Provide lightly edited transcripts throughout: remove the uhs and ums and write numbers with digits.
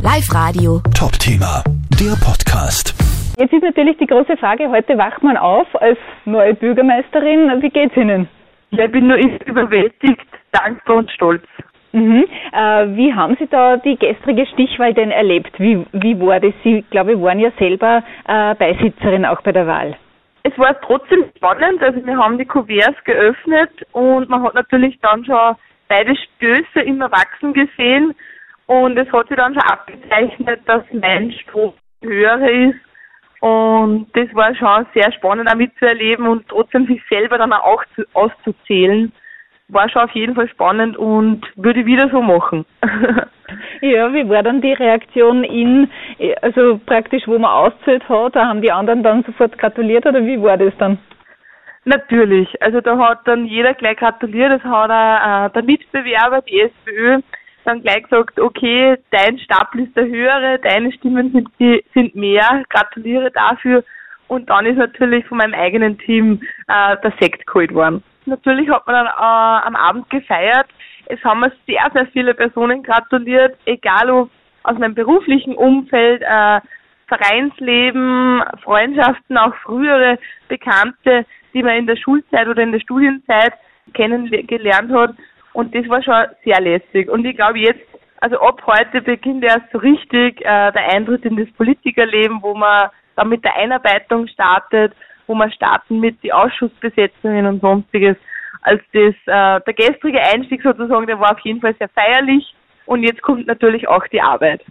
Live-Radio. Top-Thema, der Podcast. Jetzt ist natürlich die große Frage, heute wacht man auf als neue Bürgermeisterin. Wie geht's Ihnen? Ja, ich bin nur überwältigt, dankbar und stolz. Wie haben Sie da die gestrige Stichwahl denn erlebt? Wie war das? Sie, glaube ich, waren ja selber Beisitzerin auch bei der Wahl. Es war trotzdem spannend, also wir haben die Kuverts geöffnet und man hat natürlich dann schon beide Stöße immer wachsen gesehen und es hat sich dann schon abgezeichnet, dass mein Stoß höher ist und das war schon sehr spannend auch mitzuerleben und trotzdem sich selber dann auch auszuzählen. War schon auf jeden Fall spannend und würde ich wieder so machen. Ja, wie war dann die Reaktion also praktisch, wo man auszählt hat, da haben die anderen dann sofort gratuliert oder wie war das dann? Natürlich, also da hat dann jeder gleich gratuliert, das hat auch der Mitbewerber, die SPÖ, dann gleich gesagt, okay, dein Stapel ist der höhere, deine Stimmen sind mehr, gratuliere dafür und dann ist natürlich von meinem eigenen Team der Sekt geholt worden. Natürlich hat man dann am Abend gefeiert. Es haben mir sehr, sehr viele Personen gratuliert, egal ob aus meinem beruflichen Umfeld, Vereinsleben, Freundschaften, auch frühere Bekannte, die man in der Schulzeit oder in der Studienzeit kennengelernt hat. Und das war schon sehr lässig. Und ich glaube jetzt, also ab heute beginnt erst so richtig der Eintritt in das Politikerleben, wo man dann mit der Einarbeitung startet, wo wir starten mit die Ausschussbesetzungen und sonstiges. Also der gestrige Einstieg sozusagen, der war auf jeden Fall sehr feierlich und jetzt kommt natürlich auch die Arbeit.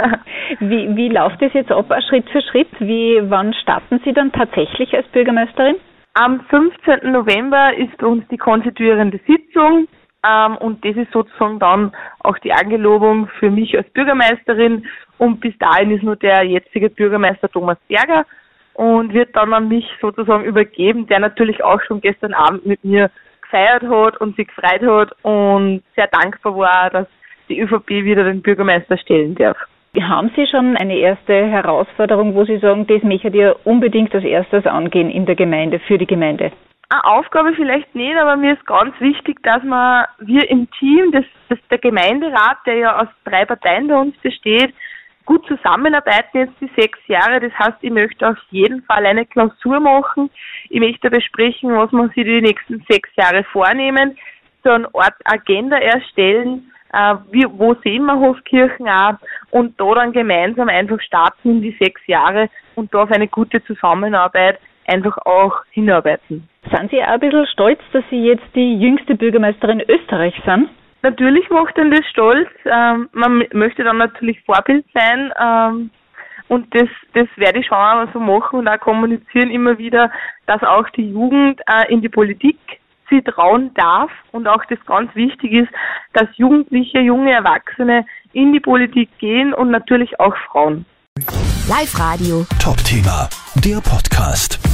Wie läuft das jetzt ab, Schritt für Schritt? Wann starten Sie dann tatsächlich als Bürgermeisterin? Am 15. November ist bei uns die konstituierende Sitzung und das ist sozusagen dann auch die Angelobung für mich als Bürgermeisterin und bis dahin ist nur der jetzige Bürgermeister Thomas Berger und wird dann an mich sozusagen übergeben, der natürlich auch schon gestern Abend mit mir gefeiert hat und sich gefreut hat und sehr dankbar war, dass die ÖVP wieder den Bürgermeister stellen darf. Haben Sie schon eine erste Herausforderung, wo Sie sagen, das möchtet ihr unbedingt als erstes angehen in der Gemeinde, für die Gemeinde? Eine Aufgabe vielleicht nicht, aber mir ist ganz wichtig, dass wir im Team, der Gemeinderat, der ja aus 3 Parteien bei uns besteht, gut zusammenarbeiten jetzt die 6 Jahre. Das heißt, ich möchte auf jeden Fall eine Klausur machen. Ich möchte besprechen, was wir sich die nächsten 6 Jahre vornehmen, so eine Art Agenda erstellen, wo sehen wir Hofkirchen auch und da dann gemeinsam einfach starten in die 6 Jahre und da auf eine gute Zusammenarbeit einfach auch hinarbeiten. Sind Sie auch ein bisschen stolz, dass Sie jetzt die jüngste Bürgermeisterin Österreichs sind? Natürlich macht einen das stolz. Man möchte dann natürlich Vorbild sein und das werde ich schon auch so machen und auch kommunizieren immer wieder, dass auch die Jugend in die Politik sie trauen darf und auch das ganz wichtig ist, dass Jugendliche, junge Erwachsene in die Politik gehen und natürlich auch Frauen. Live-Radio. Top-Thema, der Podcast.